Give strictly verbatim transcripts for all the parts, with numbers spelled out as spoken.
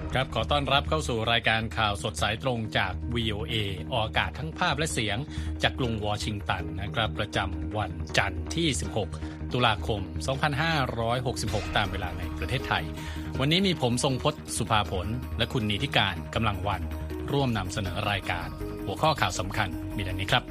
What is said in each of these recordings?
ครับขอต้อนรับเข้าสู่รายการข่าวสดสายตรงจาก วี โอ เอ ออกอากาศทั้งภาพและเสียงจากกรุงวอชิงตันนะครับประจำวันจันทร์ที่สิบหกตุลาคมสองพันห้าร้อยหกสิบหกตามเวลาในประเทศไทยวันนี้มีผมทรงพจน์สุภาผลและคุณนิติการกำลังวันร่วมนำเสนอรายการหัวข้อข่าวสำคัญมีดังนี้ครับ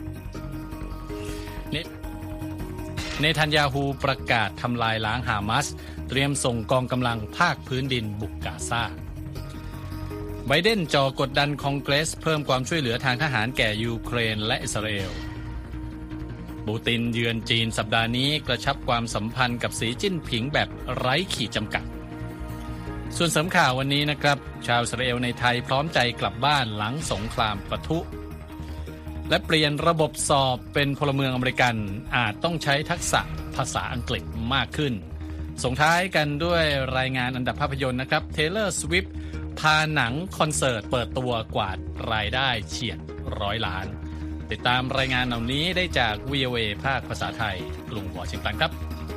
เนทันยาฮูประกาศทำลายล้างฮามาสเตรียมส่งกองกำลังภาคพื้นดินบุกกาซาไบเดนจ่อกดดันคองเกรสเพิ่มความช่วยเหลือทางทหารแก่ยูเครนและอิสราเอลปูตินเยือนจีนสัปดาห์นี้กระชับความสัมพันธ์กับสีจิ้นผิงแบบไร้ขีดจำกัดส่วนเสริมข่าววันนี้นะครับชาวอิสราเอลในไทยพร้อมใจกลับบ้านหลังสงครามปะทุและเปลี่ยนระบบสอบเป็นพลเมืองอเมริกันอาจต้องใช้ทักษะภาษาอังกฤษมากขึ้นส่งท้ายกันด้วยรายงานอันดับภาพยนตร์นะครับ Taylor Swift พาหนังคอนเสิร์ตเปิดตัวกวาดรายได้เฉียดร้อยล้านติดตามรายงานเหล่านี้ได้จาก วี โอ เอ ภาคภาษาไทยกรุงวอชิงตันครับ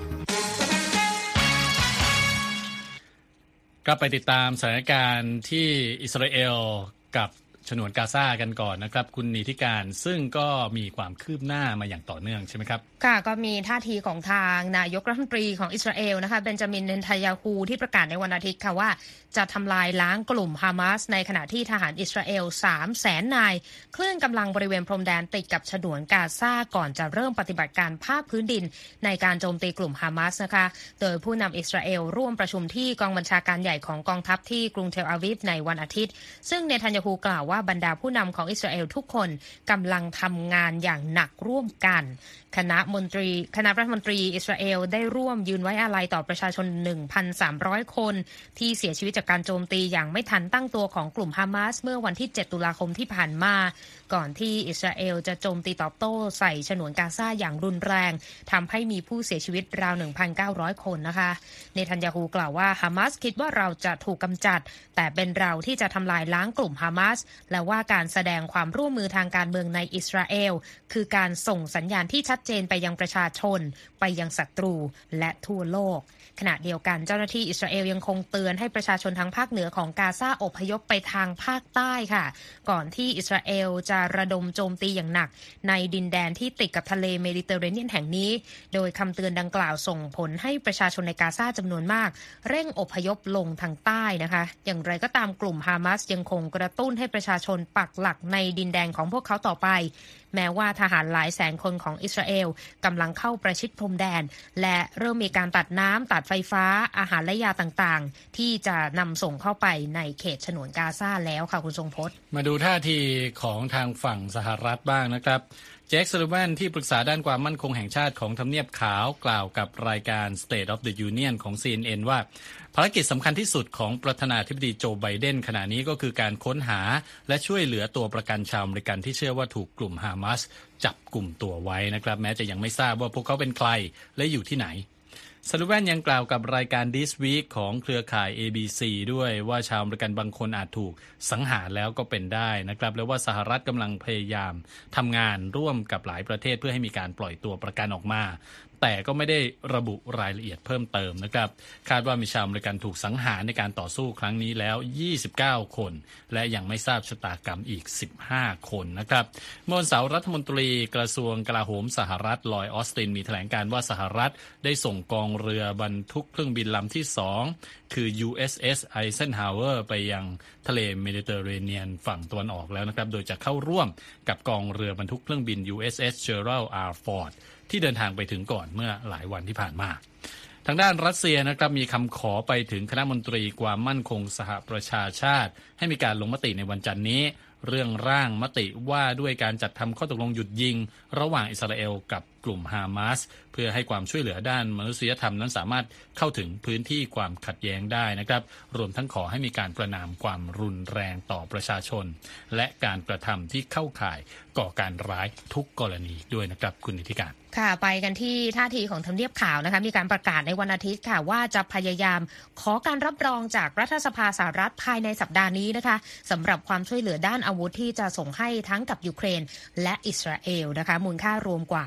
กลับไปติดตามสถานการณ์ที่อิสราเอลกับฉนวนกาซากันก่อนนะครับคุณนิติการซึ่งก็มีความคืบหน้ามาอย่างต่อเนื่องใช่ไหมครับค่ะก็มีท่าทีของทางนายกรัฐมนตรีของอิสราเอลนะคะเบนจามิน เนทันยาฮูที่ประกาศในวันอาทิตย์ค่ะว่าจะทำลายล้างกลุ่มฮามาสในขณะที่ทหารอิสราเอล สามแสน นายเคลื่อนกำลังบริเวณพรมแดนติดกับฉนวนกาซาก่อนจะเริ่มปฏิบัติการภาคพื้นดินในการโจมตีกลุ่มฮามาสนะคะโดยผู้นำอิสราเอลร่วมประชุมที่กองบัญชาการใหญ่ของกองทัพที่กรุงเทลอาวีฟในวันอาทิตย์ซึ่งเนทันยาฮูกล่าวว่าบรรดาผู้นำของอิสราเอลทุกคนกำลังทำงานอย่างหนักร่วมกันคณะมนตรีคณะรัฐมนตรีอิสราเอลได้ร่วมยืนไว้อาลัยต่อประชาชน หนึ่งพันสามร้อย คนที่เสียชีวิตจากการโจมตีอย่างไม่ทันตั้งตัวของกลุ่มฮามาสเมื่อวันที่เจ็ดตุลาคมที่ผ่านมาก่อนที่อิสราเอลจะโจมตีตอบโต้ใส่ฉนวนกาซาอย่างรุนแรงทำให้มีผู้เสียชีวิตราว หนึ่งพันเก้าร้อย คนนะคะเนทันยาฮูกล่าวว่าฮามาสคิดว่าเราจะถูกกำจัดแต่เป็นเราที่จะทำลายล้างกลุ่มฮามาสและว่าการแสดงความร่วมมือทางการเมืองในอิสราเอลคือการส่งสัญญาณที่ชัดเจนไปยังประชาชนไปยังศัตรูและทั่วโลกขณะเดียวกันเจ้าหน้าที่อิสราเอลยังคงเตือนให้ประชาชนทางภาคเหนือของกาซาอพยพไปทางภาคใต้ค่ะก่อนที่อิสราเอลจะระดมโจมตีอย่างหนักในดินแดนที่ติดกับทะเลเมดิเตอร์เรเนียนแห่งนี้โดยคำเตือนดังกล่าวส่งผลให้ประชาชนในกาซาจำนวนมากเร่งอพยพลงทางใต้นะคะอย่างไรก็ตามกลุ่มฮามาสยังคงกระตุ้นให้ประชาชนปักหลักในดินแดนของพวกเขาต่อไปแม้ว่าทหารหลายแสนคนของอิสราเอลกำลังเข้าประชิดพรมแดนและเริ่มมีการตัดน้ำตัดไฟฟ้าอาหารและยาต่างๆที่จะนำส่งเข้าไปในเขตฉนวนกาซาแล้วค่ะคุณทรงพจน์มาดูท่าทีของทางฝั่งสหรัฐบ้างนะครับแจ็ค ซัลลิแวนที่ปรึกษาด้านความมั่นคงแห่งชาติของทำเนียบขาวกล่าวกับรายการ State of the Union ของ ซี เอ็น เอ็น ว่าภารกิจสำคัญที่สุดของประธานาธิบดีโจไบเดนขณะนี้ก็คือการค้นหาและช่วยเหลือตัวประกันชาวอเมริกันที่เชื่อว่าถูกกลุ่มฮามาสจับกลุ่มตัวไว้นะครับแม้จะยังไม่ทราบว่าพวกเขาเป็นใครและอยู่ที่ไหนซัลลิแวนยังกล่าวกับรายการ This Week ของเครือข่าย เอ บี ซี ด้วยว่าชาวอเมริกันบางคนอาจถูกสังหารแล้วก็เป็นได้นะครับและว่าสหรัฐกำลังพยายามทำงานร่วมกับหลายประเทศเพื่อให้มีการปล่อยตัวประกันออกมาแต่ก็ไม่ได้ระบุรายละเอียดเพิ่มเติมนะครับคาดว่ามีชาวอเมริกันถูกสังหารในการต่อสู้ครั้งนี้แล้วยี่สิบเก้าคนและยังไม่ทราบชะตากรรมอีกสิบห้าคนนะครับเมื่อวันเสาร์รัฐมนตรีกระทรวงกลาโหมสหรัฐลอยด์ ออสตินมีแถลงการว่าสหรัฐได้ส่งกองเรือบรรทุกเครื่องบินลำที่สองคือ ยู เอส เอส Eisenhower ไปยังทะเลเมดิเตอร์เรเนียนฝั่งตะวันออกแล้วนะครับโดยจะเข้าร่วมกับกองเรือบรรทุกเครื่องบิน ยู เอส เอส Gerald R. Fordที่เดินทางไปถึงก่อนเมื่อหลายวันที่ผ่านมาทางด้านรัสเซียนะครับมีคำขอไปถึงคณะมนตรีความมั่นคงสหประชาชาติให้มีการลงมติในวันจันทร์นี้เรื่องร่างมติว่าด้วยการจัดทำข้อตกลงหยุดยิงระหว่างอิสราเอลกับกลุ่มฮามาสเพื่อให้ความช่วยเหลือด้านมนุษยธรรมนั้นสามารถเข้าถึงพื้นที่ความขัดแย้งได้นะครับรวมทั้งขอให้มีการประณามความรุนแรงต่อประชาชนและการกระทำที่เข้าข่ายก่อการร้ายทุกกรณีด้วยนะครับคุณนิติการค่ะไปกันที่ท่าทีของทำเนียบขาวนะคะมีการประกาศในวันอาทิตย์ค่ะว่าจะพยายามขอการรับรองจากรัฐสภาสหรัฐภายในสัปดาห์นี้นะคะสำหรับความช่วยเหลือด้านอาวุธที่จะส่งให้ทั้งกับยูเครนและอิสราเอลนะคะมูลค่ารวมกว่าสอง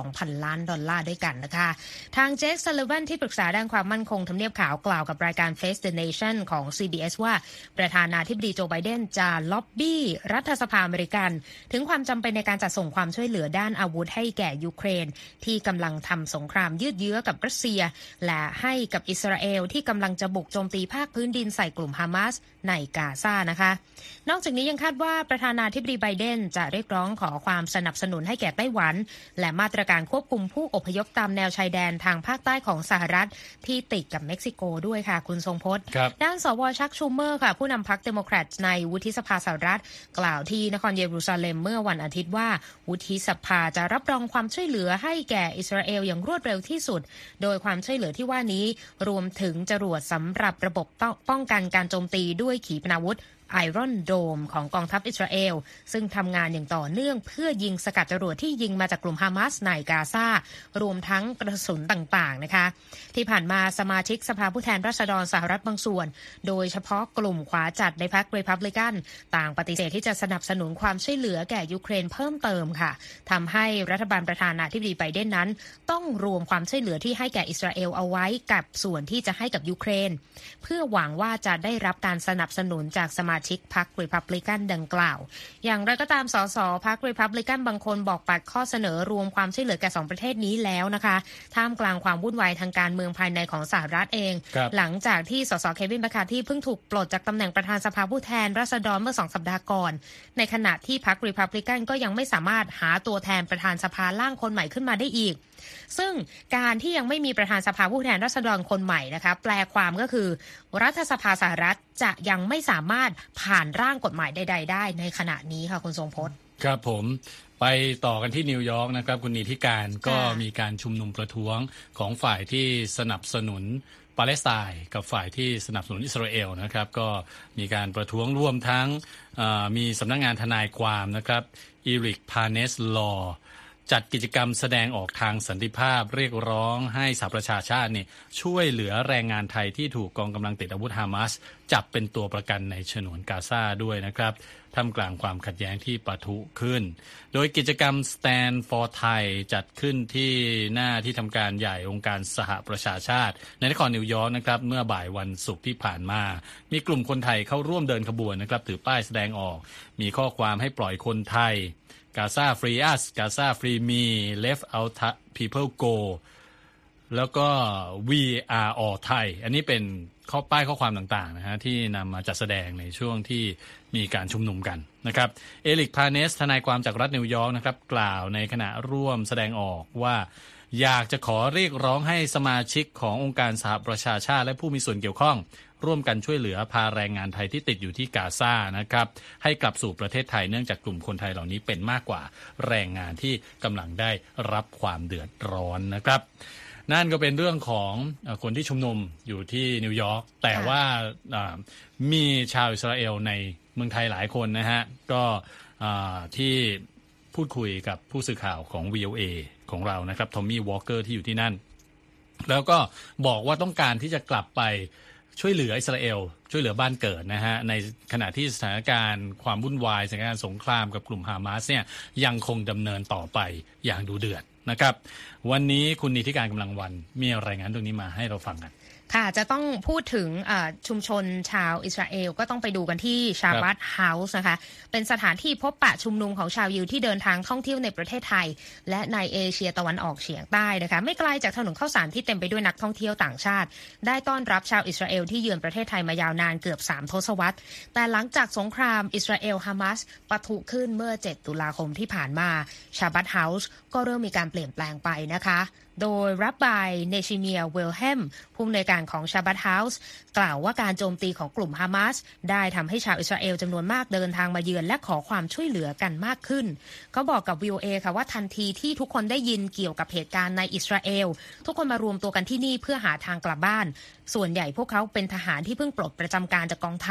องพัน ล้านดอลลาร์ด้วยกันนะคะทางเจค ซัลลิแวนที่ปรึกษาด้านความมั่นคงทำเนียบขาวกล่าวกับรายการ Face the Nation ของ ซี บี เอส ว่าประธานาธิบดีโจไบเดนจะล็อบบี้รัฐสภาอเมริกันถึงความจำเป็นในการจัดส่งความช่วยเหลือด้านอาวุธให้แก่ยูเครนที่กำลังทำสงครามยืดเยื้อกับรัสเซียและให้กับอิสราเอลที่กำลังจะบุกโจมตีภาคพื้นดินใส่กลุ่มฮามาสในกาซานะคะนอกจากนี้ยังคาดว่าประธานาธิบดีไบเดนจะเรียกร้องขอความสนับสนุนให้แก่ไต้หวันและมาตรการควบคุมผู้อพยพตามแนวชายแดนทางภาคใต้ของสหรัฐที่ติดกับเม็กซิโกด้วยค่ะคุณทรงพจน์ด้านสวชักชูเมอร์ค่ะผู้นำพรรคเดโมแครตในวุฒิสภาสหรัฐกล่าวที่นครเยรูซาเล็มเมื่อวันอาทิตย์ว่าวุฒิสภาจะรับรองความช่วยเหลือให้แก่อิสราเอลอย่างรวดเร็วที่สุดโดยความช่วยเหลือที่ว่านี้รวมถึงจรวดสำหรับระบบป้องกันการโจมตีด้วยขีปนาวุธไอรอนโดมของกองทัพอิสราเอลซึ่งทำงานอย่างต่อเนื่องเพื่อยิงสกัดจรวดที่ยิงมาจากกลุ่มฮามาสในกาซารวมทั้งกระสุนต่างๆนะคะที่ผ่านมาสมาชิกสภาผู้แทนราษฎรสหรัฐบางส่วนโดยเฉพาะกลุ่มขวาจัดในพรรครีพับลิกันต่างปฏิเสธที่จะสนับสนุนความช่วยเหลือแก่ยูเครนเพิ่มเติมค่ะทำให้รัฐบาลประธานาธิบดีไบเดนนั้นต้องรวมความช่วยเหลือที่ให้แก่อิสราเอลเอาไว้กับส่วนที่จะให้กับยูเครนเพื่อหวังว่าจะได้รับการสนับสนุนจากสมาชิกพรรครีพับลิกันดังกล่าวอย่างไรก็ตามสสพรรครีพับลิกันบางคนบอกปัดข้อเสนอรวมความช่วยเหลือแก่สองประเทศนี้แล้วนะคะท่ามกลางความวุ่นวายทางการเมืองภายในของสหรัฐเองหลังจากที่สสเควินแมคคาร์ธีเพิ่งถูกปลดจากตำแหน่งประธานสภาผู้แทนราษฎรเมื่อสองสัปดาห์ก่อนในขณะที่พรรครีพับลิกันก็ยังไม่สามารถหาตัวแทนประธานสภาร่างคนใหม่ขึ้นมาได้อีกซึ่งการที่ยังไม่มีประธานสภาผู้แทนราษฎรคนใหม่นะคะแปลความก็คือรัฐสภาสหรัฐจะยังไม่สามารถผ่านร่างกฎหมายใดๆได้ในขณะนี้ค่ะคุณทรงพจน์ครับผมไปต่อกันที่นิวยอร์กนะครับคุณนิติการก็มีการชุมนุมประท้วงของฝ่ายที่สนับสนุนปาเลสไตน์กับฝ่ายที่สนับสนุนอิสราเอลนะครับก็มีการประท้วงร่วมทั้งมีสำนักงานทนายความนะครับอีริกพาเนสลอจัดกิจกรรมแสดงออกทางสันติภาพเรียกร้องให้สหประชาชาตินี่ช่วยเหลือแรงงานไทยที่ถูกกองกำลังติดอาวุธฮามาสจับเป็นตัวประกันในฉนวนกาซาด้วยนะครับท่ามกลางความขัดแย้งที่ปะทุขึ้นโดยกิจกรรม Stand for Thai จัดขึ้นที่หน้าที่ทำการใหญ่องค์การสหประชาชาติในนครนิวยอร์กนะครับเมื่อบ่ายวันศุกร์ที่ผ่านมามีกลุ่มคนไทยเข้าร่วมเดินขบวนนะครับถือป้ายแสดงออกมีข้อความให้ปล่อยคนไทยกาซาฟรีอัสกาซาฟรีมี Left Out People Go แล้วก็ We Are All Thai อันนี้เป็นข้อป้ายข้อความต่างๆนะฮะที่นำมาจัดแสดงในช่วงที่มีการชุมนุมกันนะครับเอริกพาเนสทนายความจากรัฐนิวยอร์กนะครับกล่าวในขณะร่วมแสดงออกว่าอยากจะขอเรียกร้องให้สมาชิกขององค์การสหประชาชาติและผู้มีส่วนเกี่ยวข้องร่วมกันช่วยเหลือพาแรงงานไทยที่ติดอยู่ที่กาซานะครับให้กลับสู่ประเทศไทยเนื่องจากกลุ่มคนไทยเหล่านี้เป็นมากกว่าแรงงานที่กำลังได้รับความเดือดร้อนนะครับนั่นก็เป็นเรื่องของคนที่ชุมนุมอยู่ที่นิวยอร์กแต่ว่ามีชาวอิสราเอลในเมืองไทยหลายคนนะฮะก็ที่พูดคุยกับผู้สื่อข่าวของ วี โอ เอ ของเรานะครับทอมมี่วอลเกอร์ที่อยู่ที่นั่นแล้วก็บอกว่าต้องการที่จะกลับไปช่วยเหลืออิสราเอลช่วยเหลือบ้านเกิดนะฮะในขณะที่สถานการณ์ความวุ่นวายสถานการณ์สงครามกับกลุ่มฮามาสเนี่ยยังคงดำเนินต่อไปอย่างดุเดือดนะครับวันนี้คุณนิติการกำลังวันมีรายงานตรงนี้มาให้เราฟังกันค่ะจะต้องพูดถึงชุมชนชาวอิสราเอลก็ต้องไปดูกันที่ชาบัตเฮาส์นะคะเป็นสถานที่พบปะชุมนุมของชาวยิวที่เดินทางท่องเที่ยวในประเทศไทยและในเอเชียตะวันออกเฉียงใต้นะคะไม่ไกลจากถนนข้าวสารที่เต็มไปด้วยนักท่องเที่ยวต่างชาติได้ต้อนรับชาวอิสราเอลที่เยือนประเทศไทยมายาวนานเกือบสามทศวรรษแต่หลังจากสงครามอิสราเอลฮามาสปะทุขึ้นเมื่อเจ็ดตุลาคมที่ผ่านมาชาบัตเฮาส์ก็เริ่มมีการเปลี่ยนแปลงไปนะคะโดยรับไบเนชิเมียเวลแฮมผู้อำนวยการของชาบัตเฮาส์กล่าวว่าการโจมตีของกลุ่มฮามาสได้ทำให้ชาวอิสราเอลจำนวนมากเดินทางมาเยือนและขอความช่วยเหลือกันมากขึ้นเขาบอกกับ วี โอ เอ ค่ะว่าทันทีที่ทุกคนได้ยินเกี่ยวกับเหตุการณ์ในอิสราเอลทุกคนมารวมตัวกันที่นี่เพื่อหาทางกลับบ้านส่วนใหญ่พวกเขาเป็นทหารที่เพิ่งปลดประจำการจากกองทัพ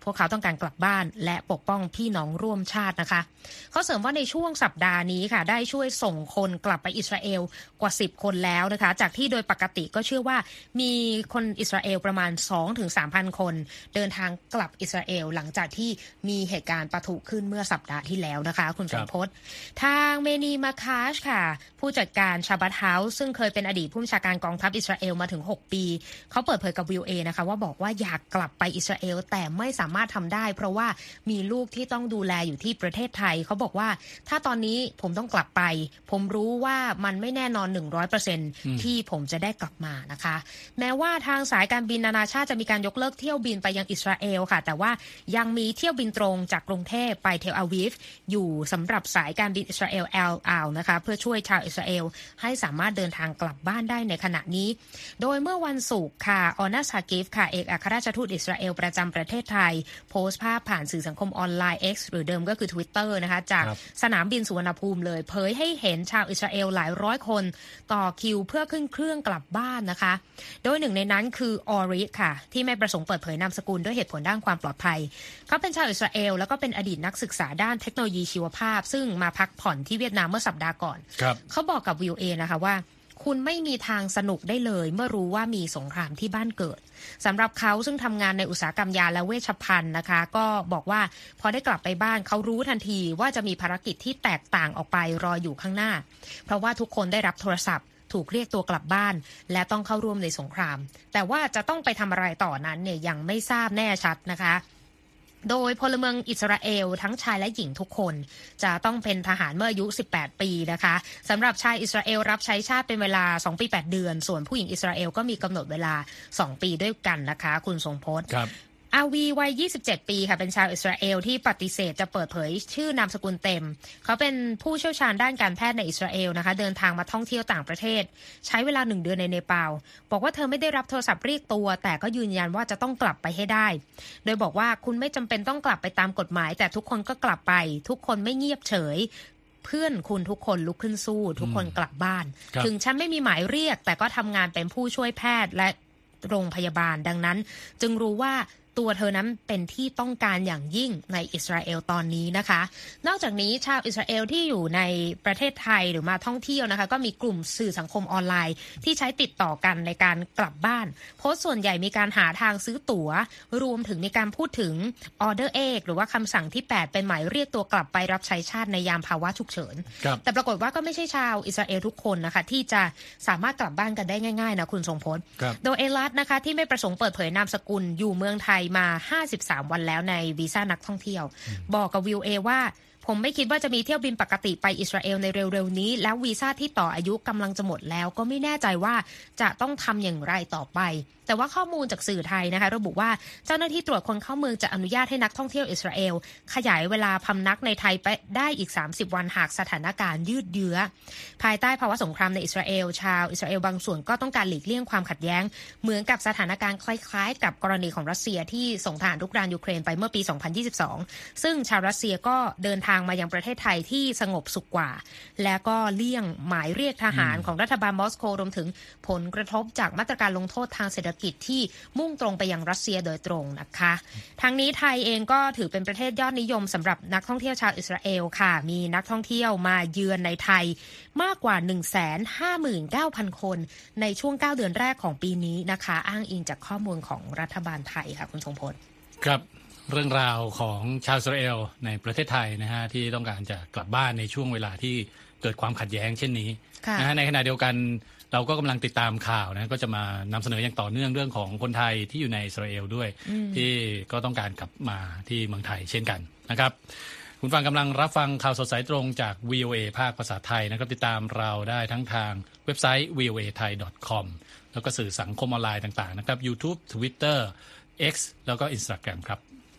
พวกเขาต้องการกลับบ้านและปกป้องพี่น้องร่วมชาตินะคะเขาเสริมว่าในช่วงสัปดาห์นี้ค่ะได้ช่วยส่งคนกลับไปอิสราเอลกว่าสิบคนแล้วนะคะจากที่โดยปกติก็เชื่อว่ามีคนอิสราเอลประมาณ สองถึงสามพัน คนเดินทางกลับอิสราเอลหลังจากที่มีเหตุการณ์ปะทุขึ้นเมื่อสัปดาห์ที่แล้วนะคะคุณสมพศทางเมนีมาคาชค่ะผู้จัดการชาบัตเฮาส์ซึ่งเคยเป็นอดีตผู้บัญชาการกองทัพอิสราเอลมาถึงหกปีเขาเปิดเผยกับ วี โอ เอ นะคะว่าบอกว่าอยากกลับไปอิสราเอลแต่ไม่สามารถทำได้เพราะว่ามีลูกที่ต้องดูแลอยู่ที่ประเทศไทยเขาบอกว่าถ้าตอนนี้ผมต้องกลับไปผมรู้ว่ามันไม่แน่นอน หนึ่งร้อยเปอร์เซ็นต์ ที่ผมจะได้กลับมานะคะแม้ว่าทางสายการบินนานาชาติจะมีการยกเลิกเที่ยวบินไปยังอิสราเอลค่ะแต่ว่ายังมีเที่ยวบินตรงจากกรุงเทพไปเทลอาวีฟอยู่สำหรับสายการบินอิสราเอลแอลอาลนะคะเพื่อช่วยชาวอิสราเอลให้สามารถเดินทางกลับบ้านได้ในขณะนี้โดยเมื่อวันศุกร์ค่ะออนัสฮากิฟค่ะเอกอัครราชทูตอิสราเอลประจำประเทศไทยโพสต์ภาพผ่านสื่อสังคมออนไลน์ X หรือเดิมก็คือ Twitter นะคะจากสนามบินสุวรรณภูมิเลยเผยให้เห็นชาวอิสราเอลหลายร้อยคนต่อคิวเพื่อขึ้นเครื่องกลับบ้านนะคะโดยหนึ่งในนั้นคือออริค่ะที่ไม่ประสงค์เปิดเผยนามสกุลด้วยเหตุผลด้านความปลอดภัยเขาเป็นชาวอิสราเอลแล้วก็เป็นอดีตนักศึกษาด้านเทคโนโลยีชีวภาพซึ่งมาพักผ่อนที่เวียดนามเมื่อสัปดาห์ก่อนเขาบอกกับ วี โอ เอ นะคะว่าคุณไม่มีทางสนุกได้เลยเมื่อรู้ว่ามีสงครามที่บ้านเกิดสำหรับเขาซึ่งทำงานในอุตสาหกรรมยาและเวชภัณฑ์นะคะก็บอกว่าพอได้กลับไปบ้านเขารู้ทันทีว่าจะมีภารกิจที่แตกต่างออกไปรออยู่ข้างหน้าเพราะว่าทุกคนได้รับโทรศัพท์ถูกเรียกตัวกลับบ้านและต้องเข้าร่วมในสงครามแต่ว่าจะต้องไปทำอะไรต่อนั้นเนี่ยยังไม่ทราบแน่ชัดนะคะโดยพลเมืองอิสราเอลทั้งชายและหญิงทุกคนจะต้องเป็นทหารเมื่ออายุสิบแปดปีนะคะสำหรับชายอิสราเอลรับใช้ชาติเป็นเวลาสองปีแปดเดือนส่วนผู้หญิงอิสราเอลก็มีกำหนดเวลาสองปีด้วยกันนะคะคุณทรงพจน์ครับอาวีวัยยี่สิบเจ็ดปีค่ะเป็นชาวอิสราเอลที่ปฏิเสธจะเปิดเผยชื่อนามสกุลเต็มเขาเป็นผู้เชี่ยวชาญด้านการแพทย์ในอิสราเอลนะคะเดินทางมาท่องเที่ยวต่างประเทศใช้เวลาหนึ่งเดือนในเนปาลบอกว่าเธอไม่ได้รับโทรศัพท์เรียกตัวแต่ก็ยืนยันว่าจะต้องกลับไปให้ได้โดยบอกว่าคุณไม่จำเป็นต้องกลับไปตามกฎหมายแต่ทุกคนก็กลับไปทุกคนไม่เงียบเฉยเพื่อนคุณทุกคนลุกขึ้นสู้ทุกคนกลับบ้านถึงฉันไม่มีหมายเรียกแต่ก็ทำงานเป็นผู้ช่วยแพทย์และโรงพยาบาลดังนั้นจึงรู้ว่าตัวเธอนั้นเป็นที่ต้องการอย่างยิ่งในอิสราเอลตอนนี้นะคะนอกจากนี้ชาวอิสราเอลที่อยู่ในประเทศไทยหรือมาท่องเที่ยวนะคะก็มีกลุ่มสื่อสังคมออนไลน์ที่ใช้ติดต่อกันในการกลับบ้านโพสต์ส่วนใหญ่มีการหาทางซื้อตั๋วรวมถึงมีการพูดถึงออเดอร์เอกหรือว่าคำสั่งที่แปดเป็นหมายเรียกตัวกลับไปรับใช้ชาติในยามภาวะฉุกเฉินแต่ปรากฏว่าก็ไม่ใช่ชาวอิสราเอลทุกคนนะคะที่จะสามารถกลับบ้านกันได้ง่ายๆนะคุณทรงพจน์โดยเอลัสนะคะที่ไม่ประสงค์เปิดเผยนามสกุลอยู่เมืองไทยมาห้าสิบสามวันแล้วในวีซ่านักท่องเที่ยวบอกกับ วี โอ เอ ว่าผมไม่คิดว่าจะมีเที่ยวบินปกติไปอิสราเอลในเร็วๆนี้แล้ววีซ่าที่ต่ออายุกำลังจะหมดแล้วก็ไม่แน่ใจว่าจะต้องทำอย่างไรต่อไปแต่ว่าข้อมูลจากสื่อไทยนะคะระบุว่าเจ้าหน้าที่ตรวจคนเข้าเมืองจะอนุญาตให้นักท่องเที่ยวอิสราเอลขยายเวลาพำนักในไทยไปได้อีกสามสิบวันหากสถานการณ์ยืดเยื้อภายใต้ภาวะสงครามในอิสราเอลชาวอิสราเอลบางส่วนก็ต้องการหลีกเลี่ยงความขัดแย้งเหมือนกับสถานการณ์คล้ายๆกับกรณีของรัสเซียที่ส่งทหารรุกรานยูเครนไปเมื่อปีสองพันยี่สิบสองซึ่งชาวรัสเซียก็เดินทางมายังประเทศไทยที่สงบสุขกว่าและก็เลี่ยงหมายเรียกทหารของรัฐบาลมอสโกรวมถึงผลกระทบจากมาตรการลงโทษทางเศรษฐกิจที่มุ่งตรงไปยังรัสเซียโดยตรงนะคะทางนี้ไทยเองก็ถือเป็นประเทศยอดนิยมสำหรับนักท่องเที่ยวชาวอิสราเอลค่ะมีนักท่องเที่ยวมาเยือนในไทยมากกว่า หนึ่งแสนห้าหมื่นเก้าพัน คนในช่วงเก้าเดือนแรกของปีนี้นะคะอ้างอิงจากข้อมูลของรัฐบาลไทยค่ะคุณทรงพลครับเรื่องราวของชาวอิสราเอลในประเทศไทยนะฮะที่ต้องการจะกลับบ้านในช่วงเวลาที่เกิดความขัดแย้งเช่นนี้นะฮะในขณะเดียวกันเราก็กำลังติดตามข่าวนะก็จะมานำเสนออย่างต่อเนื่องเรื่องของคนไทยที่อยู่ในอิสราเอลด้วยที่ก็ต้องการกลับมาที่เมืองไทยเช่นกันนะครับคุณฟังกำลังรับฟังข่าวสดสายตรงจาก วี โอ เอ ภาคภาษาไทยนะครับติดตามเราได้ทั้งทางเว็บไซต์ วี โอ เอ ไทย ดอท คอม แล้วก็สื่อสังคมออนไลน์ต่างๆนะครับ YouTube Twitter X แล้วก็ Instagram ครับ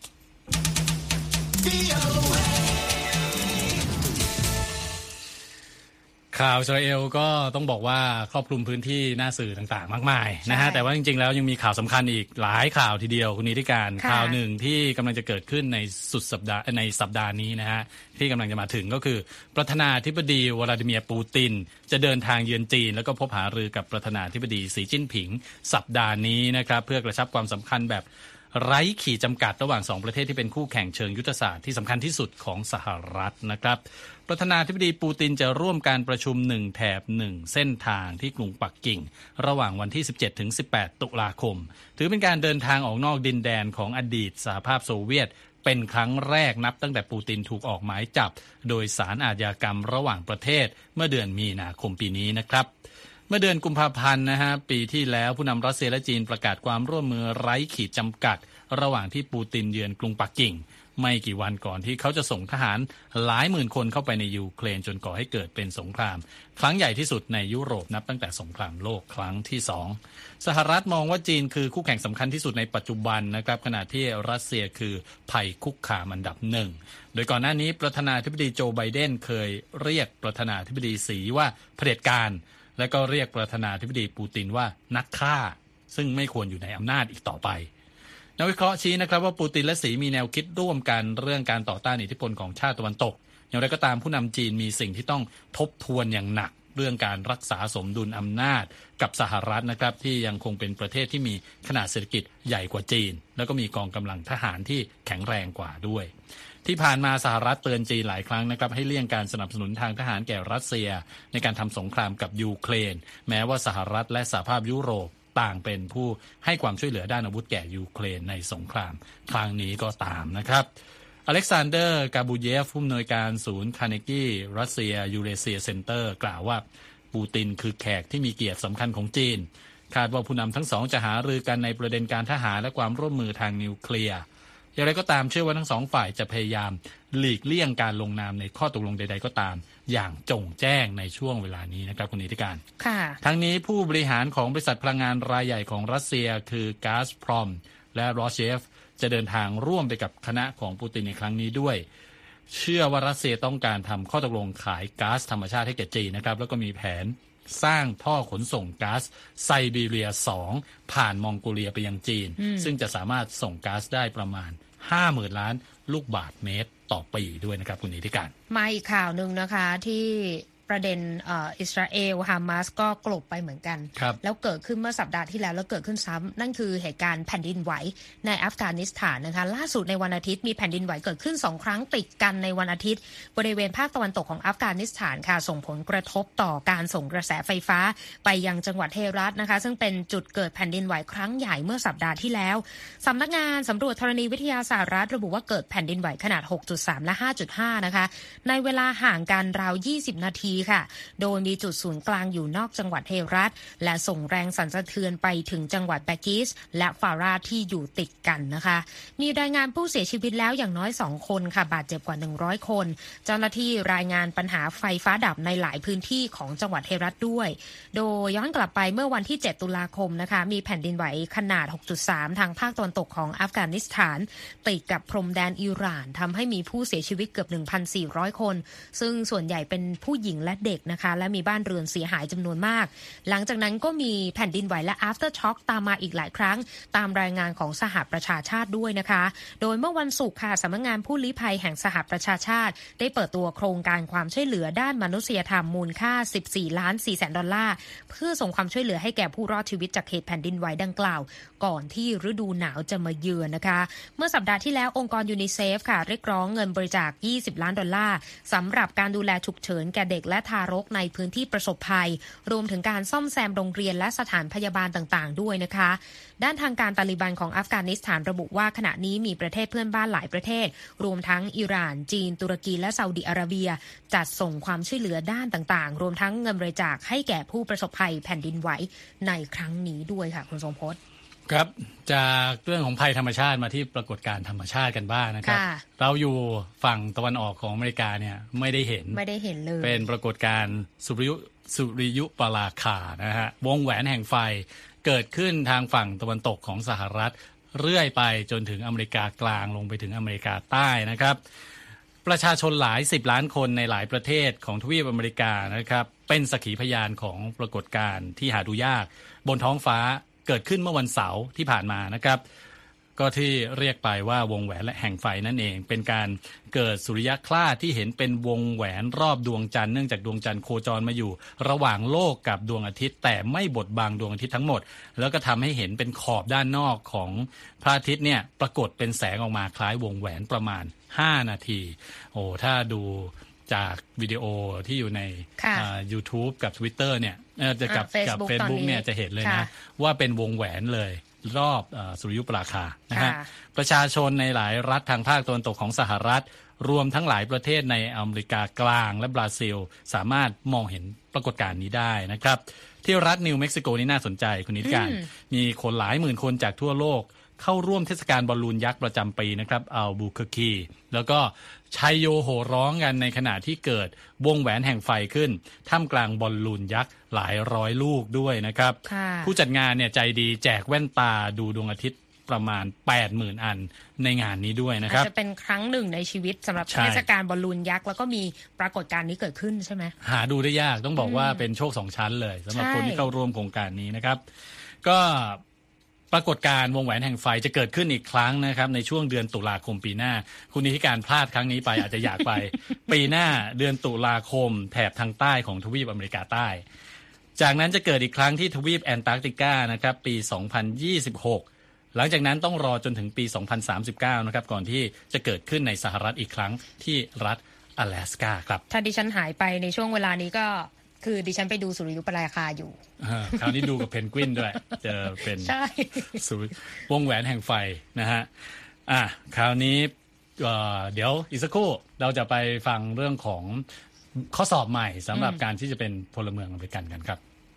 ข่าวอิสราเอลก็ต้องบอกว่าครอบคลุมพื้นที่หน้าสื่อต่างๆมากมายนะฮะแต่ว่าจริงๆแล้วยังมีข่าวสำคัญอีกหลายข่าวทีเดียวคุณนิติการข่าวหนึ่งที่กำลังจะเกิดขึ้นในสุดสัปดาห์ในสัปดาห์นี้นะฮะที่กำลังจะมาถึงก็คือประธานาธิบดีวลาดิเมียร์ปูตินจะเดินทางเยือนจีนแล้วก็พบหารือกับประธานาธิบดีสีจิ้นผิงสัปดาห์นี้นะครับเพื่อกระชับความสัมพันธ์แบบไร้ขีดจำกัดระหว่างสองประเทศที่เป็นคู่แข่งเชิงยุทธศาสตร์ที่สำคัญที่สุดของสหรัฐนะครับประธานาธิบดีปูตินจะร่วมการประชุมหนึ่งแถบหนึ่งเส้นทางที่กรุงปักกิ่งระหว่างวันที่ สิบเจ็ดถึงสิบแปด ตุลาคมถือเป็นการเดินทางออกนอกดินแดนของอดีตสหภาพโซเวียตเป็นครั้งแรกนับตั้งแต่ปูตินถูกออกหมายจับโดยศาลอาชญากรรมระหว่างประเทศเมื่อเดือนมีนาคมปีนี้นะครับเมื่อเดือนกุมภาพันธ์นะฮะปีที่แล้วผู้นำรัสเซียและจีนประกาศความร่วมมือไร้ขีดจำกัดระหว่างที่ปูตินเยือนกรุงปักกิ่งไม่กี่วันก่อนที่เขาจะส่งทหารหลายหมื่นคนเข้าไปในยูเครนจนก่อให้เกิดเป็นสงครามครั้งใหญ่ที่สุดในยุโรปนับตั้งแต่สงครามโลกครั้งที่สองสหรัฐมองว่าจีนคือคู่แข่งสำคัญที่สุดในปัจจุบันนะครับขณะที่รัสเซียคือภัยคุกคามอันดับหนึ่งโดยก่อนหน้านี้ประธานาธิบดีโจไบเดนเคยเรียกประธานาธิบดีสีว่าเผด็จการและก็เรียกประธานาธิบดีปูตินว่านักฆ่าซึ่งไม่ควรอยู่ในอำนาจอีกต่อไปนักวิเคราะห์ชี้นะครับว่าปูตินและสีมีแนวคิดร่วมกันเรื่องการต่อต้านอิทธิพลของชาติตะวันตกอย่างไรก็ตามผู้นำจีนมีสิ่งที่ต้องทบทวนอย่างหนักเรื่องการรักษาสมดุลอำนาจกับสหรัฐนะครับที่ยังคงเป็นประเทศที่มีขนาดเศรษฐกิจใหญ่กว่าจีนแล้วก็มีกองกำลังทหารที่แข็งแรงกว่าด้วยที่ผ่านมาสหรัฐเตือนจีนหลายครั้งนะครับให้เลี่ยงการสนับสนุนทางทหารแก่รัสเซียในการทำสงครามกับยูเครนแม้ว่าสหรัฐและสหภาพยุโรปต่างเป็นผู้ให้ความช่วยเหลือด้านอาวุธแก่ยูเครนในสงครามครั้งนี้ก็ตามนะครับอเล็กซานเดอร์กาบูเยฟผู้อำนวยการศูนย์คาร์เนกีรัสเซียยูเรเซียเซ็นเตอร์กล่าวว่าปูตินคือแขกที่มีเกียรติสำคัญของจีนคาดว่าผู้นำทั้งสองจะหารือกันในประเด็นการทหารและความร่วมมือทางนิวเคลียร์อย่างไรก็ตามเชื่อว่าทั้งสองฝ่ายจะพยายามหลีกเลี่ยงการลงนามในข้อตกลงใดๆก็ตามอย่างจงแจ้งในช่วงเวลานี้นะครับคุณนิติการค่ะทั้งนี้ผู้บริหารของบริษัทพลังงานรายใหญ่ของรัสเซียคือกาซพรอมและรอเชฟจะเดินทางร่วมไปกับคณะของปูตินในครั้งนี้ด้วยเชื่อว่ารัสเซียต้องการทำข้อตกลงขายก๊าซธรรมชาติให้แก่จีนนะครับแล้วก็มีแผนสร้างท่อขนส่งก๊าซไซบีเรียสองผ่านมองโกเลียไปยังจีนซึ่งจะสามารถส่งก๊าซได้ประมาณ ห้าหมื่น ล้านลูกบาศก์เมตรต่อปีด้วยนะครับคุณนิติการมาอีกข่าวหนึ่งนะคะที่ประเด็นอิสราเอลฮามาสก็กลบไปเหมือนกันแล้วเกิดขึ้นเมื่อสัปดาห์ที่แล้วแล้วเกิดขึ้นซ้ำนั่นคือเหตุการณ์แผ่นดินไหวในอัฟกานิสถานนะคะล่าสุดในวันอาทิตย์มีแผ่นดินไหวเกิดขึ้นสองครั้งติดกันในวันอาทิตย์บริเวณภาคตะวันตกของอัฟกานิสถานค่ะส่งผลกระทบต่อการส่งกระแสไฟฟ้าไปยังจังหวัดเฮรัตนะคะซึ่งเป็นจุดเกิดแผ่นดินไหวครั้งใหญ่เมื่อสัปดาห์ที่แล้วสำนักงานสำรวจธรณีวิทยาสหรัฐระบุว่าเกิดแผ่นดินไหวขนาด หกจุดสาม และ ห้าจุดห้า นะคะในเวลาห่างกันราวยี่สิบนาทีค่ะโดยมีจุดศูนย์กลางอยู่นอกจังหวัดเฮรัตและส่งแรงสั่นสะเทือนไปถึงจังหวัดแบกิสและฟาราที่อยู่ติดกันนะคะมีรายงานผู้เสียชีวิตแล้วอย่างน้อยสองคนค่ะบาดเจ็บกว่าหนึ่งร้อยคนเจ้าหน้าที่รายงานปัญหาไฟฟ้าดับในหลายพื้นที่ของจังหวัดเฮรัตด้วยโดยย้อนกลับไปเมื่อวันที่เจ็ดตุลาคมนะคะมีแผ่นดินไหวขนาด หกจุดสาม ทางภาคตะวันตกของอัฟกานิสถานติดกับพรมแดนอิหร่านทำให้มีผู้เสียชีวิตเกือบ หนึ่งพันสี่ร้อย คนซึ่งส่วนใหญ่เป็นผู้หญิงและเด็กนะคะและมีบ้านเรือนเสียหายจำนวนมากหลังจากนั้นก็มีแผ่นดินไหวและ after shock ตามมาอีกหลายครั้งตามรายงานของสหประชาชาติด้วยนะคะโดยเมื่อวันศุกร์ค่ะสำนักงานผู้ลี้ภัยแห่งสหประชาชาติได้เปิดตัวโครงการความช่วยเหลือด้านมนุษยธรรมมูลค่า สิบสี่ล้านสี่แสน ดอลลาร์เพื่อส่งความช่วยเหลือให้แก่ผู้รอดชีวิตจากเหตุแผ่นดินไหวดังกล่าวก่อนที่ฤดูหนาวจะมาเยือนนะคะเมื่อสัปดาห์ที่แล้วองค์กรยูนิเซฟค่ะเรียกร้องเงินบริจาคยี่สิบล้านดอลลาร์สำหรับการดูแลฉุกเฉินแก่เด็กและทารกในพื้นที่ประสบภัยรวมถึงการซ่อมแซมโรงเรียนและสถานพยาบาลต่างๆด้วยนะคะด้านทางการตาลิบันของอัฟกานิสถานระบุว่าขณะนี้มีประเทศเพื่อนบ้านหลายประเทศรวมทั้งอิหร่านจีนตุรกีและซาอุดิอาระเบียจัดส่งความช่วยเหลือด้านต่างๆรวมทั้งเงินบริจาคให้แก่ผู้ประสบภัยแผ่นดินไหวในครั้งนี้ด้วยค่ะคุณทรงพจน์ครับจากเรื่องของภัยธรรมชาติมาที่ปรากฏการณ์ธรรมชาติกันบ้างนะครับเราอยู่ฝั่งตะวันออกของอเมริกาเนี่ยไม่ได้เห็นไม่ได้เห็นเลยเป็นปรากฏการณ์สุริยุสุริยุปราคานะฮะวงแหวนแห่งไฟเกิดขึ้นทางฝั่งตะวันตกของสหรัฐเรื่อยไปจนถึงอเมริกากลางลงไปถึงอเมริกาใต้นะครับประชาชนหลายสิบล้านคนในหลายประเทศของทวีปอเมริกานะครับเป็นสักขีพยานของปรากฏการณ์ที่หาดูยากบนท้องฟ้าเกิดขึ้นเมื่อวันเสาร์ที่ผ่านมานะครับก็ที่เรียกไปว่าวงแหวนและแห่งไฟนั่นเองเป็นการเกิดสุริยคราสที่เห็นเป็นวงแหวนรอบดวงจันทร์เนื่องจากดวงจันทร์โคจรมาอยู่ระหว่างโลกกับดวงอาทิตย์แต่ไม่บดบังดวงอาทิตย์ทั้งหมดแล้วก็ทำให้เห็นเป็นขอบด้านนอกของพระอาทิตย์เนี่ยปรากฏเป็นแสงออกมาคล้ายวงแหวนประมาณห้านาทีโอ้ถ้าดูจากวิดีโอที่อยู่ใน YouTube กับ Twitter เนี่ยจะกับกับ Facebook เนี่ยจะเห็นเลยนะว่าเป็นวงแหวนเลยรอบสุริยุปราคานะฮะประชาชนในหลายรัฐทางภาคตะวันตกของสหรัฐรวมทั้งหลายประเทศในอเมริกากลางและบราซิลสามารถมองเห็นปรากฏการณ์นี้ได้นะครับที่รัฐนิวเม็กซิโกนี่น่าสนใจคุณนิติการมีคนหลายหมื่นคนจากทั่วโลกเข้าร่วมเทศกาลบอลลูนยักษ์ประจำปีนะครับอัลบูเคอร์คีแล้วก็ชัยโยโห่ร้องกันในขณะที่เกิดวงแหวนแห่งไฟขึ้นท่ามกลางบอลลูนยักษ์หลายร้อยลูกด้วยนะครับผู้จัดงานเนี่ยใจดีแจกแว่นตาดูดวงอาทิตย์ประมาณ แปดหมื่น อันในงานนี้ด้วยนะครับจะเป็นครั้งหนึ่งในชีวิตสำหรับเทศกาลบอลลูนยักษ์แล้วก็มีปรากฏการณ์นี้เกิดขึ้นใช่ไหมหาดูได้ยากต้องบอกว่าเป็นโชคสองชั้นเลยสำหรับคนที่เข้าร่วมโครงการนี้นะครับก็ปรากฏการณ์วงแหวนแห่งไฟจะเกิดขึ้นอีกครั้งนะครับในช่วงเดือนตุลาคมปีหน้าคุณนิติการพลาดครั้งนี้ไป อาจจะอยากไป ปีหน้าเดือนตุลาคมแถบทางใต้ของทวีปอเมริกาใต้จากนั้นจะเกิดอีกครั้งที่ทวีปแอนตาร์กติกานะครับปีสองพันยี่สิบหกหลังจากนั้นต้องรอจนถึงปีสองพันสามสิบเก้านะครับก่อนที่จะเกิดขึ้นในสหรัฐอีกครั้งที่รัฐ阿拉斯าครับถ้าดิฉันหายไปในช่วงเวลานี้ก็คือดิฉันไปดูสุริยุปราคาอยู่คราวนี้ดูกับเพนกวินด้วยจะเป็นวงแหวนแห่งไฟนะฮะอ่ะคราวนี้เดี๋ยวอีกสักครู่เราจะไปฟังเรื่องของข้อสอบใหม่สำหรับการที่จะเป็นพลเมืองอเมริกันกันครับ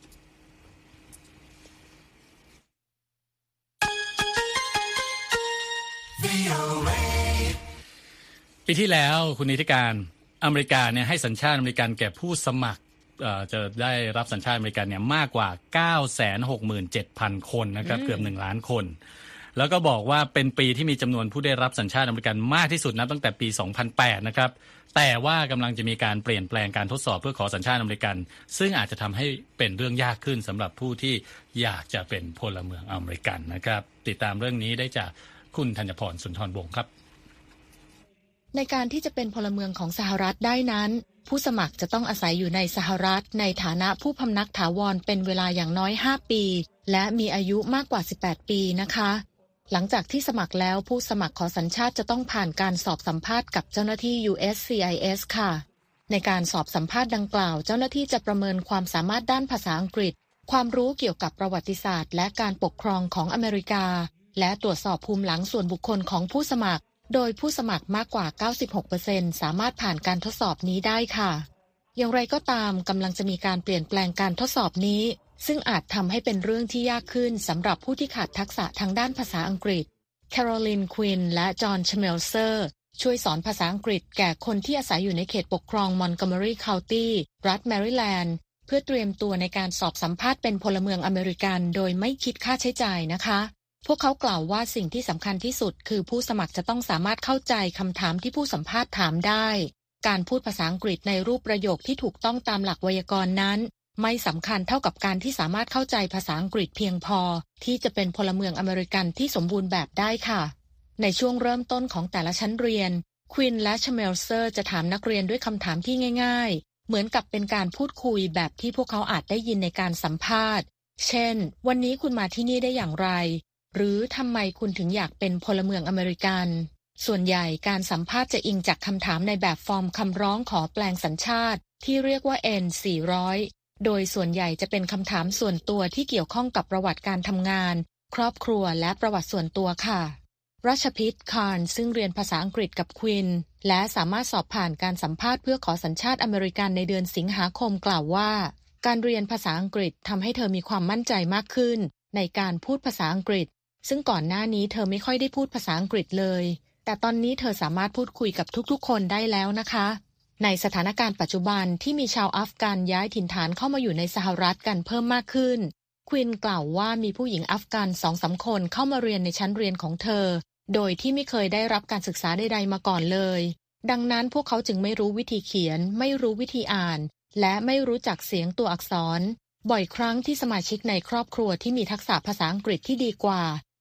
ปีที่แล้วคุณนิติการอเมริกาเนี่ยให้สัญชาติอเมริกันแก่ผู้สมัครจะได้รับสัญชาติอเมริกันเนี่ยมากกว่า เก้าแสนหกหมื่นเจ็ดพัน คนนะครับเกือบหนึ่งล้านคนแล้วก็บอกว่าเป็นปีที่มีจำนวนผู้ได้รับสัญชาติอเมริกันมากที่สุดนับตั้งแต่ปีสองพันแปดนะครับแต่ว่ากำลังจะมีการเปลี่ยนแปลงการทดสอบเพื่อขอสัญชาติอเมริกันซึ่งอาจจะทำให้เป็นเรื่องยากขึ้นสำหรับผู้ที่อยากจะเป็นพลเมืองอเมริกันนะครับติดตามเรื่องนี้ได้จากคุณธัญพรสุนทรวงศ์ครับในการที่จะเป็นพลเมืองของสหรัฐได้นั้นผู้สมัครจะต้องอาศัยอยู่ในสหรัฐในฐานะผู้พำนักถาวรเป็นเวลาอย่างน้อยห้าปีและมีอายุมากกว่าสิบแปดปีนะคะหลังจากที่สมัครแล้วผู้สมัครขอสัญชาติจะต้องผ่านการสอบสัมภาษณ์กับเจ้าหน้าที่ ยู เอส ซี ไอ เอส ค่ะในการสอบสัมภาษณ์ดังกล่าวเจ้าหน้าที่จะประเมินความสามารถด้านภาษาอังกฤษความรู้เกี่ยวกับประวัติศาสตร์และการปกครองของอเมริกาและตรวจสอบภูมิหลังส่วนบุคคลของผู้สมัครโดยผู้สมัครมากกว่า เก้าสิบหกเปอร์เซ็นต์ สามารถผ่านการทดสอบนี้ได้ค่ะอย่างไรก็ตามกำลังจะมีการเปลี่ยนแปลงการทดสอบนี้ซึ่งอาจทำให้เป็นเรื่องที่ยากขึ้นสำหรับผู้ที่ขาดทักษะทางด้านภาษาอังกฤษแคโรลินควินและจอห์นชเมลเซอร์ช่วยสอนภาษาอังกฤษแก่คนที่อาศัยอยู่ในเขตปกครองมอนต์โกเมอรีเคานตี้รัฐแมริแลนด์เพื่อเตรียมตัวในการสอบสัมภาษณ์เป็นพลเมืองอเมริกันโดยไม่คิดค่าใช้จ่ายนะคะพวกเขากล่าวว่าสิ่งที่สำคัญที่สุดคือผู้สมัครจะต้องสามารถเข้าใจคำถามที่ผู้สัมภาษณ์ถามได้การพูดภาษาอังกฤษในรูปประโยคที่ถูกต้องตามหลักไวยากรณ์นั้นไม่สำคัญเท่ากับการที่สามารถเข้าใจภาษาอังกฤษเพียงพอที่จะเป็นพลเมืองอเมริกันที่สมบูรณ์แบบได้ค่ะในช่วงเริ่มต้นของแต่ละชั้นเรียนควินและชเมลเซอร์จะถามนักเรียนด้วยคำถามที่ง่ายๆเหมือนกับเป็นการพูดคุยแบบที่พวกเขาอาจได้ยินในการสัมภาษณ์เช่นวันนี้คุณมาที่นี่ได้อย่างไรหรือทำไมคุณถึงอยากเป็นพลเมืองอเมริกันส่วนใหญ่การสัมภาษณ์จะอิงจากคำถามในแบบฟอร์มคำร้องขอแปลงสัญชาติที่เรียกว่า เอ็น สี่ร้อย โดยส่วนใหญ่จะเป็นคำถามส่วนตัวที่เกี่ยวข้องกับประวัติการทำงานครอบครัวและประวัติส่วนตัวค่ะรัชพิตคาร์นซึ่งเรียนภาษาอังกฤษกับควินและสามารถสอบผ่านการสัมภาษณ์เพื่อขอสัญชาติอเมริกันในเดือนสิงหาคมกล่าวว่าการเรียนภาษาอังกฤษทำให้เธอมีความมั่นใจมากขึ้นในการพูดภาษาอังกฤษซึ่งก่อนหน้านี้เธอไม่ค่อยได้พูดภาษาอังกฤษเลยแต่ตอนนี้เธอสามารถพูดคุยกับทุกๆคนได้แล้วนะคะในสถานการณ์ปัจจุบันที่มีชาวอัฟกันย้ายถิ่นฐานเข้ามาอยู่ในสหรัฐกันเพิ่มมากขึ้นควินกล่าวว่ามีผู้หญิงอัฟกัน สองสาม คนเข้ามาเรียนในชั้นเรียนของเธอโดยที่ไม่เคยได้รับการศึกษาใดๆมาก่อนเลยดังนั้นพวกเขาจึงไม่รู้วิธีเขียนไม่รู้วิธีอ่านและไม่รู้จักเสียงตัวอักษรบ่อยครั้งที่สมาชิกในครอบครัวที่มีทักษะภาษาอังกฤษที่ดีกว่า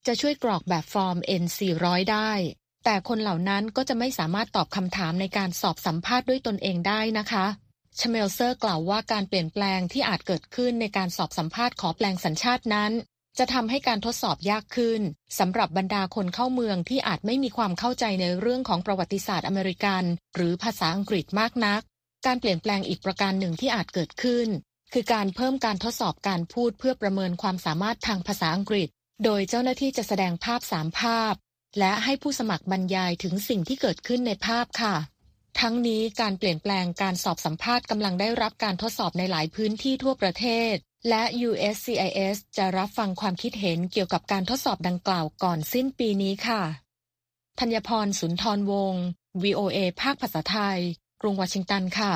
จะช่วยกรอกแบบฟอร์ม เอ็น สี่ร้อย ได้แต่คนเหล่านั้นก็จะไม่สามารถตอบคำถามในการสอบสัมภาษณ์ด้วยตนเองได้นะคะชเมลเซอร์กล่าวว่าการเปลี่ยนแปลงที่อาจเกิดขึ้นในการสอบสัมภาษณ์ขอแปลงสัญชาตินั้นจะทำให้การทดสอบยากขึ้นสำหรับบรรดาคนเข้าเมืองที่อาจไม่มีความเข้าใจในเรื่องของประวัติศาสตร์อเมริกันหรือภาษาอังกฤษมากนักการเปลี่ยนแปลงอีกประการหนึ่งที่อาจเกิดขึ้นคือการเพิ่มการทดสอบการพูดเพื่อประเมินความสามารถทางภาษาอังกฤษโดยเจ้าหน้าที่จะแสดงภาพสามภาพและให้ผู้สมัครบรรยายถึงสิ่งที่เกิดขึ้นในภาพค่ะทั้งนี้การเปลี่ยนแปลงการสอบสัมภาษณ์กำลังได้รับการทดสอบในหลายพื้นที่ทั่วประเทศและ ยู เอส ซี ไอ เอส จะรับฟังความคิดเห็นเกี่ยวกับการทดสอบดังกล่าวก่อนสิ้นปีนี้ค่ะธัญพรสุนทรวงศ์ วี โอ เอ ภาคภาษาไทยกรุงวอชิงตันค่ะ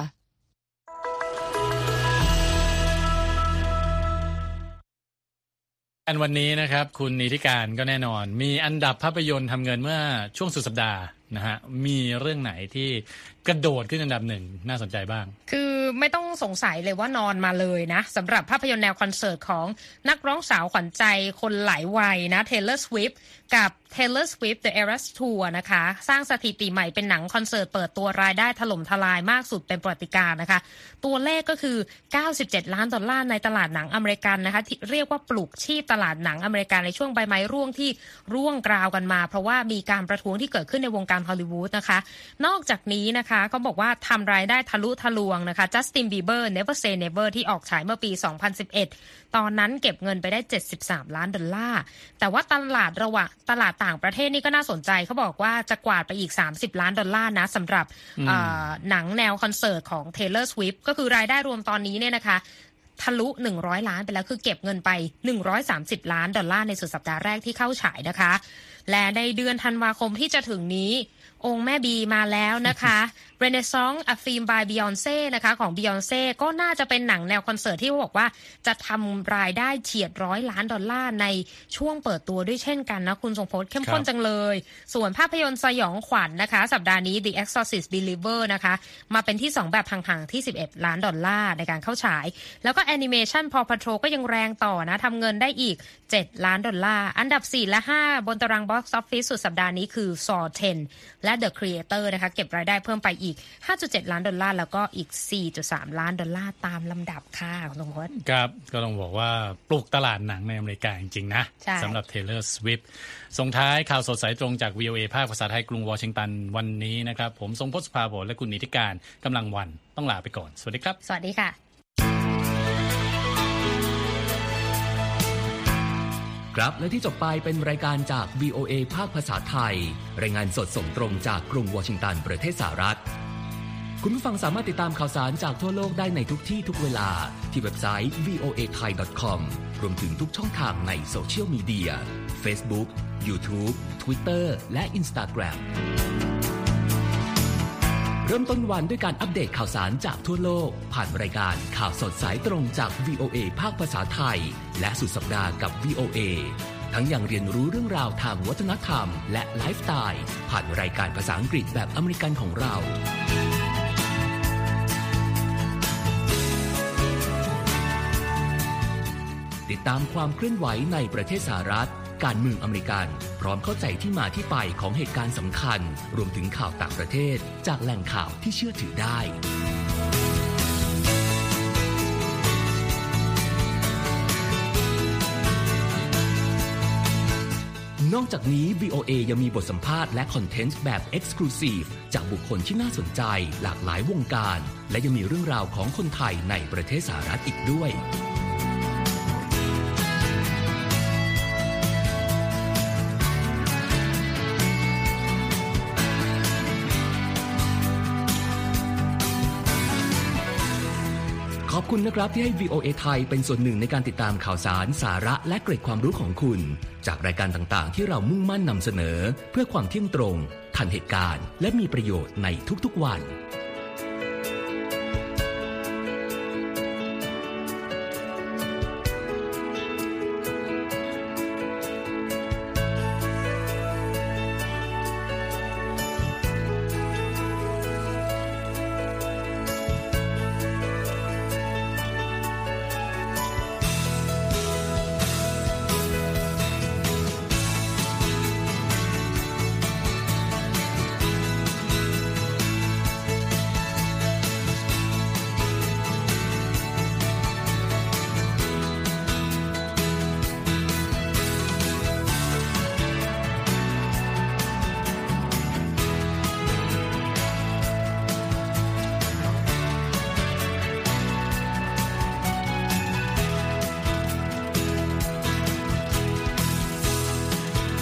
อันวันนี้นะครับคุณนิติการก็แน่นอนมีอันดับภาพยนตร์ทำเงินเมื่อช่วงสุดสัปดาห์นะฮะมีเรื่องไหนที่กระโดดขึ้นอันดับหนึ่งน่าสนใจบ้างคือไม่ต้องสงสัยเลยว่านอนมาเลยนะสำหรับภาพยนตร์แนวคอนเสิร์ตของนักร้องสาวขวัญใจคนหลายวัยนะ Taylor Swift กับ Taylor Swift The Eras Tour นะคะสร้างสถิติใหม่เป็นหนังคอนเสิร์ตเปิดตัวรายได้ถล่มทลายมากสุดเป็นประวัติการณ์นะคะตัวเลขก็คือเก้าสิบเจ็ดล้านดอลลาร์ในตลาดหนังอเมริกันนะคะที่เรียกว่าปลุกชีพตลาดหนังอเมริกันในช่วงใบไม้ร่วงที่ร่วงกราวกันมาเพราะว่ามีการประท้วงที่เกิดขึ้นในวงการฮอลลีวูดนะคะนอกจากนี้นะคะเขาบอกว่าทำรายได้ทะลุทะลวงนะคะ Justin Bieber Never Say Never ที่ออกฉายเมื่อปีสองพันสิบเอ็ดตอนนั้นเก็บเงินไปได้เจ็ดสิบสามล้านดอลลาร์แต่ว่าตลาดระหว่างตลาดต่างประเทศนี่ก็น่าสนใจเขาบอกว่าจะกวาดไปอีกสามสิบล้านดอลลาร์นะสำหรับหนังแนวคอนเสิร์ตของ Taylor Swift ก็คือรายได้รวมตอนนี้เนี่ยนะคะทะลุหนึ่งร้อยล้านไปแล้วคือเก็บเงินไปหนึ่งร้อยสามสิบล้านดอลลาร์ในสุดสัปดาห์แรกที่เข้าฉายนะคะและในเดือนธันวาคมที่จะถึงนี้องค์แม่บีมาแล้วนะคะ Renaissance A Film by Beyonce นะคะของ Beyonce ก็น่าจะเป็นหนังแนวคอนเสิร์ตที่เขาบอกว่าจะทำรายได้เฉียดร้อยล้านดอลลาร์ในช่วงเปิดตัวด้วยเช่นกันนะคุณทรงพจน์เข้มข้นจังเลยส่วนภาพยนตร์สยองขวัญ น, นะคะสัปดาห์นี้ The Exorcist Believer นะคะมาเป็นที่สองแบบห่างๆที่สิบเอ็ดล้านดอลลาร์ในการเข้าฉายแล้วก็แอนิเมชัน Paw Patrol ก็ยังแรงต่อนะทำเงินได้อีกเจ็ดล้านดอลลาร์อันดับสี่และห้าบนตาราง Box Office สุดสัปดาห์นี้คือ Saw สิบและ The Creator นะคะเก็บรายได้เพิ่มไปอีก ห้าจุดเจ็ดล้านดอลลาร์แล้วก็อีก สี่จุดสามล้านดอลลาร์ตามลำดับค่ะคุณสมพศครับก็ต้องบอกว่าปลุกตลาดหนังในอเมริกาจริงๆนะสำหรับ Taylor Swift ส่งท้ายข่าวสดสายตรงจาก วี โอ เอ ภาคภาษาไทยกรุงวอชิงตันวันนี้นะครับผมทรงพจน์สุภาผลและคุณนิติการกำลังวันต้องลาไปก่อนสวัสดีครับสวัสดีค่ะครับและที่จบไปเป็นรายการจาก วี โอ เอ ภาคภาษาไทยรายงานสดส่งตรงจากกรุงวอชิงตันประเทศสหรัฐคุณผู้ฟังสามารถติดตามข่าวสารจากทั่วโลกได้ในทุกที่ทุกเวลาที่เว็บไซต์ วี โอ เอ ไทย ดอท คอม รวมถึงทุกช่องทางในโซเชียลมีเดีย Facebook YouTube Twitter และ Instagram เริ่มต้นวันด้วยการอัปเดตข่าวสารจากทั่วโลกผ่านรายการข่าวสดสายตรงจาก วี โอ เอ ภาคภาษาไทยและสุดสัปดาห์กับ วี โอ เอ ทั้งยังเรียนรู้เรื่องราวทางวัฒนธรรมและไลฟ์สไตล์ผ่านรายการภาษาอังกฤษแบบอเมริกันของเราติดตามความเคลื่อนไหวในประเทศสหรัฐการเมืองอเมริกันพร้อมเข้าใจที่มาที่ไปของเหตุการณ์สำคัญรวมถึงข่าวต่างประเทศจากแหล่งข่าวที่เชื่อถือได้นอกจากนี้ วี โอ เอ ยังมีบทสัมภาษณ์และคอนเทนต์แบบ Exclusive จากบุคคลที่น่าสนใจหลากหลายวงการและยังมีเรื่องราวของคนไทยในประเทศสหรัฐอีกด้วยขอบคุณนะครับที่ให้ วี โอ เอ ไทยเป็นส่วนหนึ่งในการติดตามข่าวสารสาระและเกร็ดความรู้ของคุณจากรายการต่างๆที่เรามุ่งมั่นนำเสนอเพื่อความเที่ยงตรงทันเหตุการณ์และมีประโยชน์ในทุกๆวัน